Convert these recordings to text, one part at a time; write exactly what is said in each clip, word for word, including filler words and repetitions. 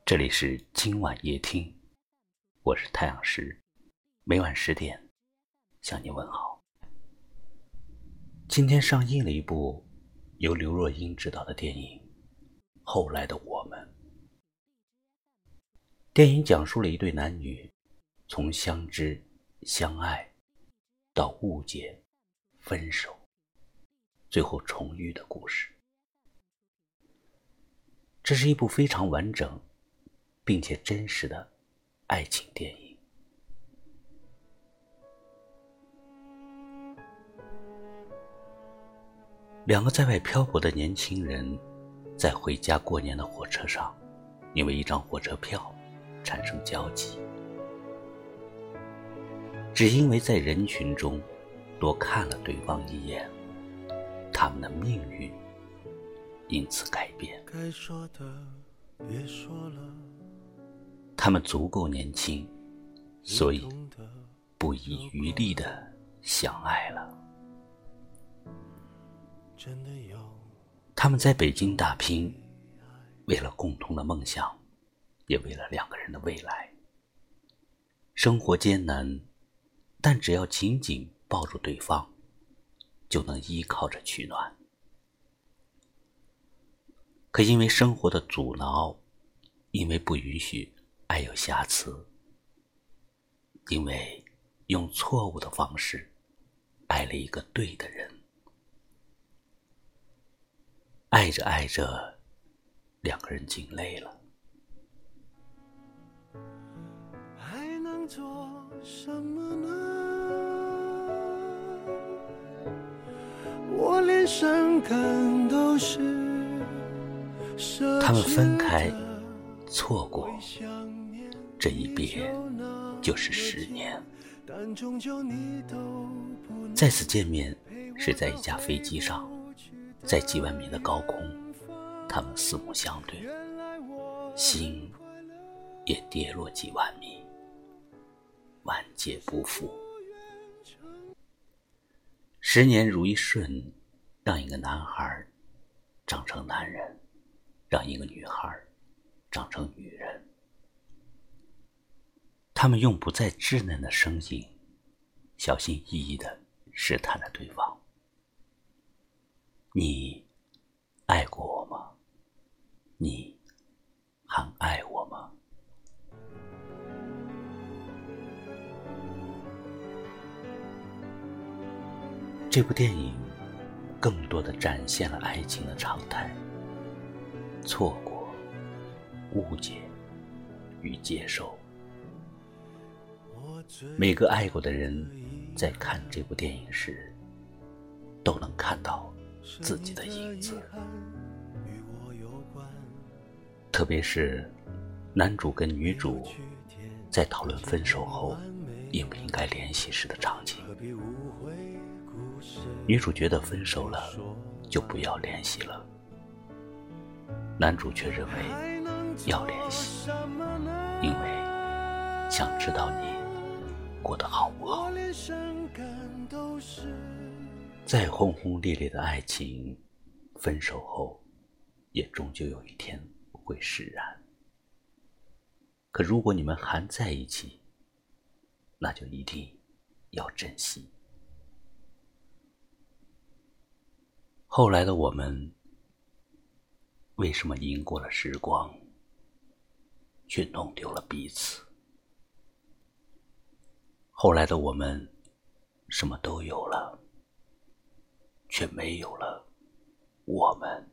这里是今晚夜听，我是太阳石，每晚十点向你问好。今天上映了一部由刘若英执导的电影《后来的我们》。电影讲述了一对男女从相知、相爱到误解、分手，最后重遇的故事。这是一部非常完整并且真实的爱情电影。两个在外漂泊的年轻人，在回家过年的火车上，因为一张火车票产生交集，只因为在人群中多看了对方一眼，他们的命运因此改变。 该说的别说了， 他们足够年轻，所以不遗余力地相爱了。 真的有他们在北京打拼，为了共同的梦想，也为了两个人的未来。生活艰难，但只要紧紧抱住对方，就能依靠着取暖。可因为生活的阻挠，因为不允许爱有瑕疵，因为用错误的方式爱了一个对的人，爱着爱着，两个人竟累了。 还能做什么呢？我连伤感都是他们分开，错过，这一别就是十年。再次见面是在一架飞机上，在几万米的高空，他们四目相对，心也跌落几万米，万劫不复。十年如一瞬，让一个男孩长成男人，让一个女孩长成女人。他们用不再稚嫩的声音，小心翼翼地试探着对方。你爱过我吗？你还爱我吗？这部电影更多地展现了爱情的常态，错过、误解与接受。每个爱过的人在看这部电影时，都能看到自己的影子。特别是男主跟女主在讨论分手后应不应该联系时的场景。女主觉得分手了就不要联系了，男主却认为要联系，因为想知道你过得好不好。再轰轰烈烈的爱情，分手后也终究有一天会释然。可如果你们还在一起，那就一定要珍惜。后来的我们，为什么赢过了时光，却弄丢了彼此？后来的我们，什么都有了，却没有了我们。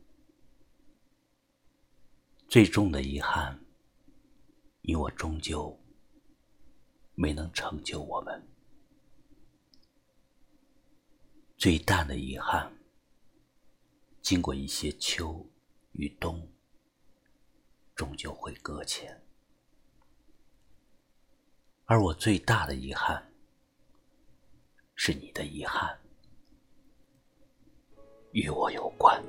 最重的遗憾，你我终究没能成就我们。最淡的遗憾，经过一些秋与冬，终究会搁浅。而我最大的遗憾，是你的遗憾与我有关。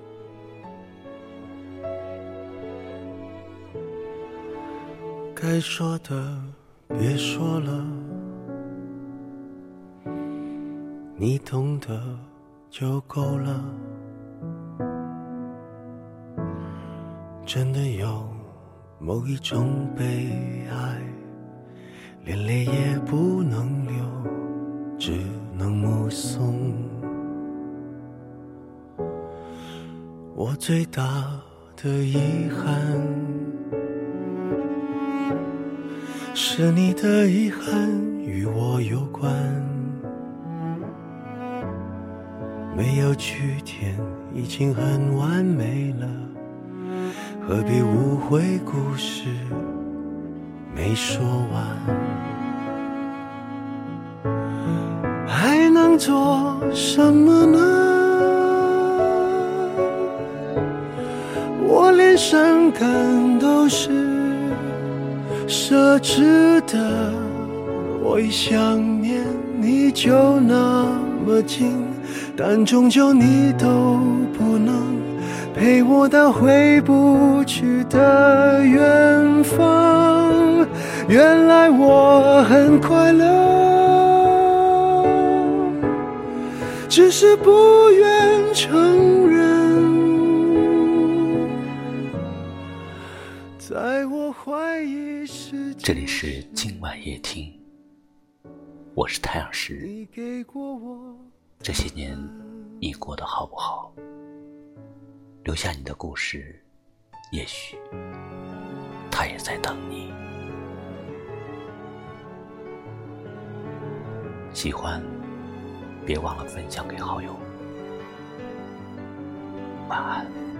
该说的别说了，你懂得就够了。真的有某一种悲哀，连泪也不能流，只能目送。我最大的遗憾，是你的遗憾与我有关，没有句点已经很完美了，何必误会故事没说完？还能做什么呢？我连伤感都是奢侈的，我一想念你就那么近，但终究你都不能陪我到回不去的远方。原来我很快乐，只是不愿承认。在我怀疑时， 这里是今晚夜听，我是太阳石。 你给过我， 这些年你过得好不好？留下你的故事，也许他也在等你。喜欢别忘了分享给好友。晚安。